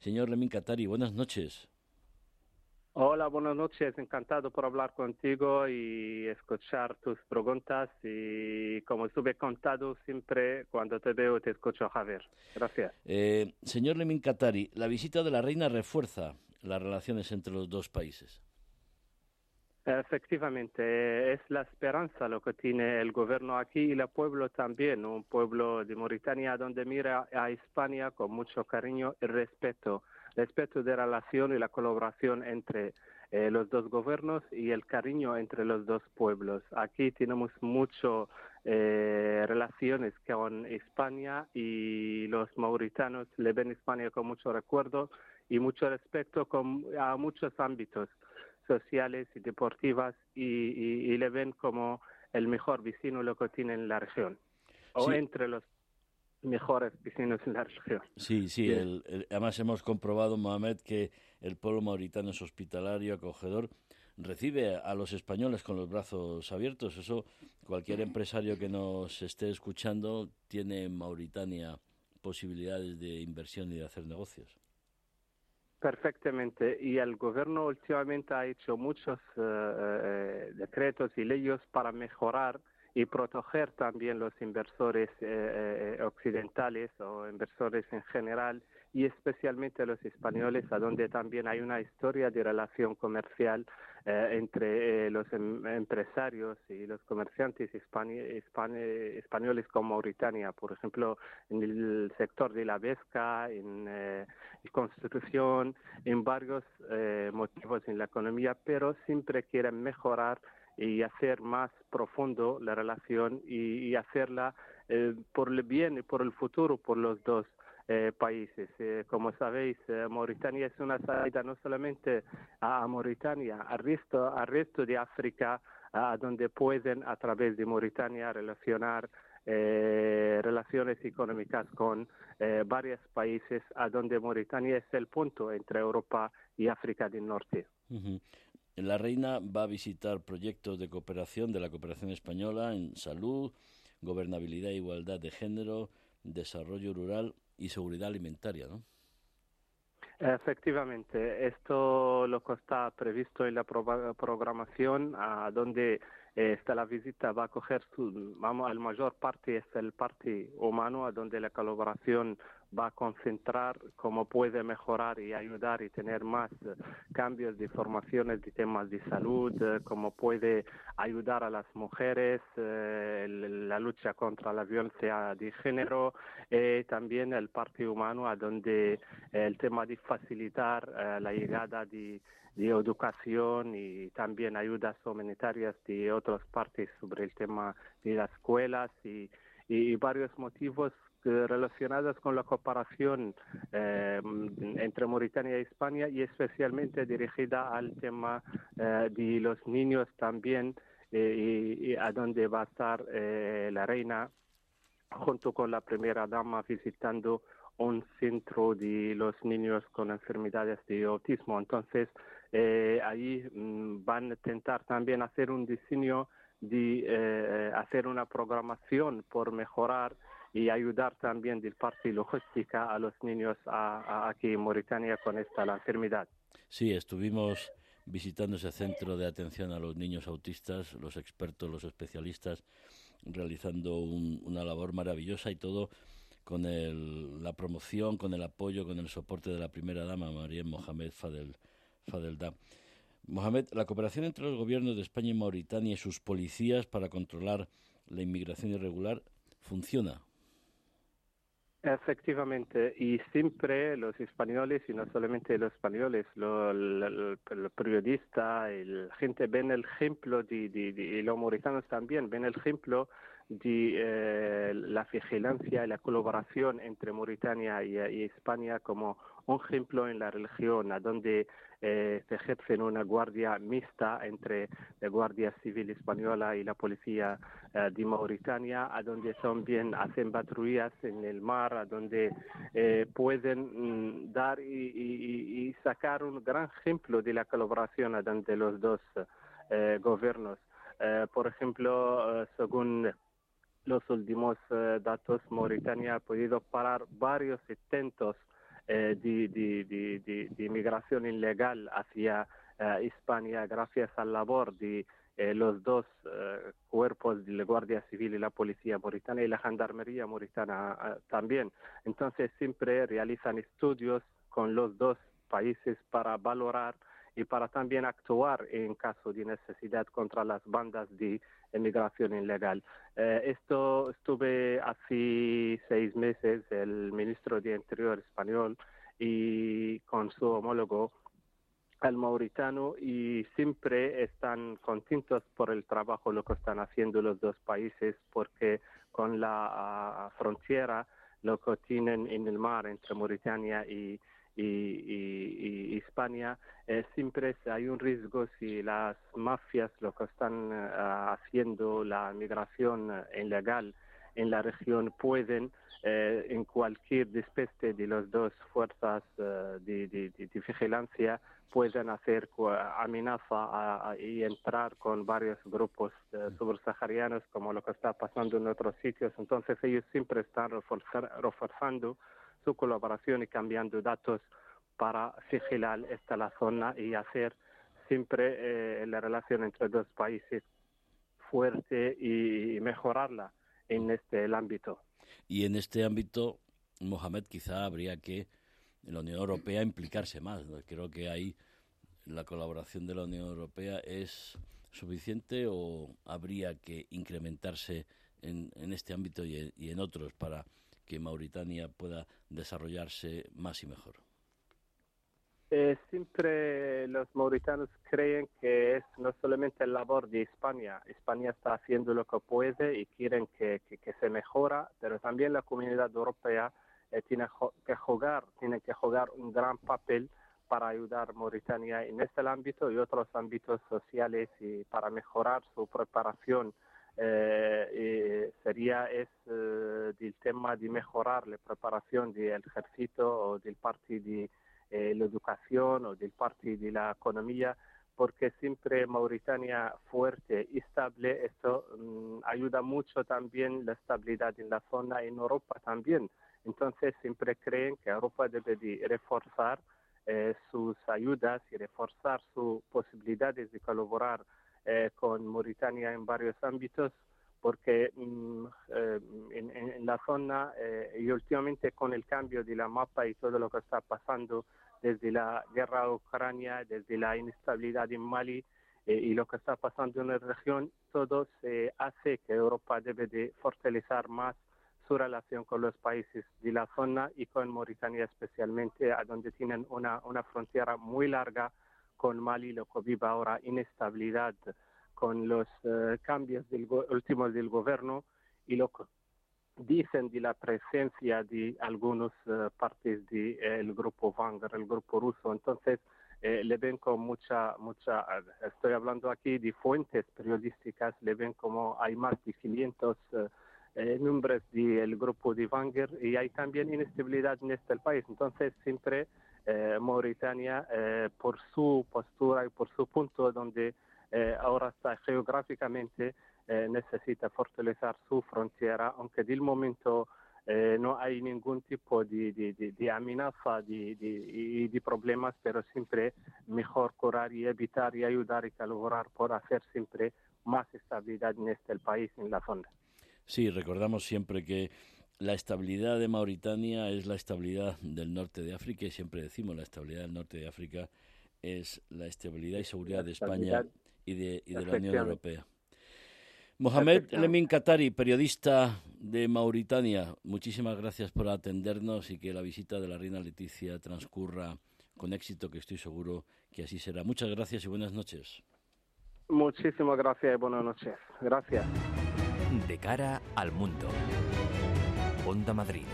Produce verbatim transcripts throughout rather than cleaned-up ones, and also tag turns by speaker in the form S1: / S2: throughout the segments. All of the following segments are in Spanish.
S1: Señor Lemin Katari, buenas noches.
S2: Hola, buenas noches. Encantado por hablar contigo y escuchar tus preguntas. Y como estuve contado, siempre cuando te veo te escucho, Javier. Gracias.
S1: Eh, señor Lemin Katari, la visita de la reina refuerza las relaciones entre los dos países.
S2: Efectivamente, es la esperanza lo que tiene el gobierno aquí y el pueblo también, un pueblo de Mauritania donde mira a España con mucho cariño y respeto, respeto de relación y la colaboración entre eh, los dos gobiernos y el cariño entre los dos pueblos. Aquí tenemos mucho eh, relaciones con España y los mauritanos le ven a España con mucho recuerdo y mucho respeto con, a muchos ámbitos sociales y deportivas y, y, y le ven como el mejor vecino lo que tiene en la región o
S1: Sí,
S2: entre los mejores vecinos en la región.
S1: sí, sí.
S2: Dime.
S1: El, el- además hemos comprobado, Mohamed, que el pueblo mauritano es hospitalario, acogedor, recibe a los españoles con los brazos abiertos. Eso, cualquier empresario que nos esté escuchando tiene en Mauritania posibilidades de inversión y de hacer negocios.
S2: Perfectamente. Y el gobierno últimamente ha hecho muchos eh, eh, decretos y leyes para mejorar y proteger también los inversores eh, eh, occidentales o inversores en general y especialmente los españoles, a donde también hay una historia de relación comercial eh, entre eh, los em- empresarios y los comerciantes hispani- hispani- españoles con Mauritania, por ejemplo, en el sector de la pesca, en eh, construcción, en varios eh, motivos en la economía, pero siempre quieren mejorar y hacer más profundo la relación y, y hacerla eh, por el bien y por el futuro por los dos eh, países. Eh, como sabéis, eh, Mauritania es una salida no solamente a Mauritania, al resto, al resto de África, a donde pueden a través de Mauritania relacionar eh, relaciones económicas con eh, varios países, a donde Mauritania es el punto entre Europa y África del Norte.
S1: Ujú. La reina va a visitar proyectos de cooperación de la cooperación española en salud, gobernabilidad e igualdad de género, desarrollo rural y seguridad alimentaria, ¿no?
S2: Efectivamente, esto lo que está previsto en la pro- programación, a donde eh, está la visita, va a coger su, vamos, la mayor parte es el parte humano, a donde la colaboración va a concentrar cómo puede mejorar y ayudar y tener más eh, cambios de formaciones de temas de salud, eh, cómo puede ayudar a las mujeres, eh, el- la lucha contra la violencia de género, eh, también el parte humano, a donde el tema de facilitar eh, la llegada de, de educación y también ayudas humanitarias de otras partes sobre el tema de las escuelas y, y varios motivos eh, relacionados con la cooperación eh, entre Mauritania y España y especialmente dirigida al tema eh, de los niños también eh, y, y a donde va a estar eh, la reina junto con la primera dama visitando un centro de los niños con enfermedades de autismo. Entonces, eh, ahí mm, van a intentar también hacer un diseño de eh, hacer una programación por mejorar y ayudar también de parte logística a los niños a, a- aquí en Mauritania con esta la enfermedad.
S1: Sí, estuvimos visitando ese centro de atención a los niños autistas, los expertos, los especialistas, realizando un- una labor maravillosa y todo con el- la promoción, con el apoyo, con el soporte de la primera dama, Mariam Mohamed Fadel, Fadelda. Mohamed, la cooperación entre los gobiernos de España y Mauritania y sus policías para controlar la inmigración irregular funciona.
S2: Efectivamente, y siempre los españoles, y no solamente los españoles, lo- lo- lo- el periodista, la gente ven el ejemplo de, de- de- y los mauritanos también ven el ejemplo de eh, la vigilancia y la colaboración entre Mauritania y, y España como un ejemplo en la religión, a donde eh, se ejerce una guardia mixta entre la Guardia Civil Española y la Policía eh, de Mauritania, a donde también hacen patrullas en el mar, a donde eh, pueden mm, dar y, y- y sacar un gran ejemplo de la colaboración entre los dos eh, gobiernos. Eh, por ejemplo, eh, según los últimos eh, datos, Mauritania ha podido parar varios intentos eh, de, de, de, de, de inmigración ilegal hacia eh, España, gracias a la labor de eh, los dos eh, cuerpos de la Guardia Civil y la Policía Mauritana y la Gendarmería Mauritana eh, también. Entonces siempre realizan estudios con los dos países para valorar y para también actuar en caso de necesidad contra las bandas de inmigración ilegal. Eh, esto estuve hace seis meses, el ministro de Interior español y con su homólogo al mauritano, y siempre están contentos por el trabajo lo que están haciendo los dos países, porque con la uh, frontera lo que tienen en el mar entre Mauritania y Y, y, y España, eh, siempre hay un riesgo si las mafias lo que están uh, haciendo la migración uh, ilegal en la región pueden eh, en cualquier despiste de las dos fuerzas uh, de, de, de, de vigilancia pueden hacer amenaza a, a, y entrar con varios grupos uh, subsaharianos, como lo que está pasando en otros sitios. Entonces ellos siempre están reforzar, reforzando su colaboración y cambiando datos para vigilar esta la zona y hacer siempre eh, la relación entre dos países fuerte y mejorarla en este el ámbito.
S1: Y en este ámbito, Mohamed, quizá habría que en la Unión Europea implicarse más, ¿no? Creo que ahí la colaboración de la Unión Europea es suficiente, o habría que incrementarse en, en este ámbito y en, y en otros para que Mauritania pueda desarrollarse más y mejor.
S2: Eh, siempre los mauritanos creen que es no solamente la labor de España. España está haciendo lo que puede y quieren que, que, que se mejora, pero también la comunidad europea eh, tiene que jugar, tiene que jugar un gran papel para ayudar a Mauritania en este ámbito y otros ámbitos sociales, y para mejorar su preparación. Eh, sería es eh, del tema de mejorar la preparación del ejército o del parte de eh, la educación o del parte de la economía, porque siempre Mauritania fuerte y estable, esto um, ayuda mucho también la estabilidad en la zona, en Europa también. Entonces siempre creen que Europa debe de reforzar eh, sus ayudas y reforzar sus posibilidades de colaborar Eh, con Mauritania en varios ámbitos, porque mm, eh, en, en la zona eh, y últimamente con el cambio de la mapa y todo lo que está pasando desde la guerra ucrania, desde la inestabilidad en Mali eh, y lo que está pasando en la región, todo se hace que Europa debe de fortalecer más su relación con los países de la zona y con Mauritania especialmente, a donde tienen una, una frontera muy larga con Mali, lo que vive ahora inestabilidad con los uh, cambios del go- últimos del gobierno y lo que dicen de la presencia de algunos uh, partes del de, eh, grupo Wagner, el grupo ruso. Entonces, eh, le ven con mucha, mucha, estoy hablando aquí de fuentes periodísticas, le ven como hay más de quinientos uh, eh, nombres del grupo de Wagner, y hay también inestabilidad en este país. Entonces, siempre Eh, Mauritania, eh, por su postura y por su punto donde eh, ahora está geográficamente, eh, necesita fortalecer su frontera, aunque del momento eh, no hay ningún tipo de, de, de, de amenaza de, de, de problemas, pero siempre mejor curar y evitar y ayudar y colaborar por hacer siempre más estabilidad en este país, en la zona.
S1: Sí, recordamos siempre que la estabilidad de Mauritania es la estabilidad del norte de África, y siempre decimos la estabilidad del norte de África es la estabilidad y seguridad de España y de, y de la Unión Europea. Mohamed El-Emin Kattari, periodista de Mauritania, muchísimas gracias por atendernos, y que la visita de la reina Leticia transcurra con éxito, que estoy seguro que así será. Muchas gracias y buenas noches.
S2: Muchísimas gracias y buenas noches. Gracias.
S3: De cara al mundo. Onda Madrid.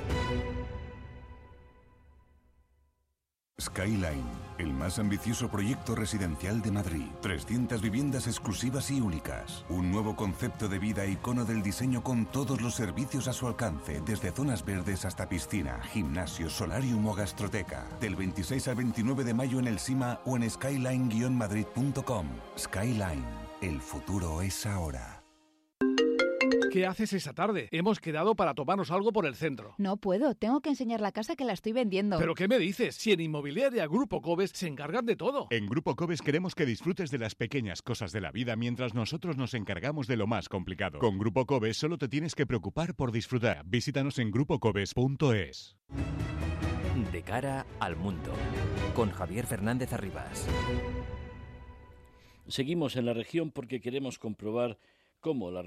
S4: Skyline, el más ambicioso proyecto residencial de Madrid. trescientas viviendas exclusivas y únicas. Un nuevo concepto de vida, icono del diseño, con todos los servicios a su alcance, desde zonas verdes hasta piscina, gimnasio, solarium o gastroteca. Del veintiséis al veintinueve de mayo en el SIMA o en skyline guion madrid punto com. Skyline, el futuro es ahora.
S5: ¿Qué haces esa tarde? Hemos quedado para tomarnos algo por el centro.
S6: No puedo, tengo que enseñar la casa que la estoy vendiendo.
S5: ¿Pero qué me dices? Si en Inmobiliaria Grupo Cobes se encargan de todo.
S7: En Grupo Cobes queremos que disfrutes de las pequeñas cosas de la vida mientras nosotros nos encargamos de lo más complicado. Con Grupo Cobes solo te tienes que preocupar por disfrutar. Visítanos en grupo cobes punto es.
S3: De cara al mundo, con Javier Fernández Arribas.
S1: Seguimos en la región porque queremos comprobar cómo la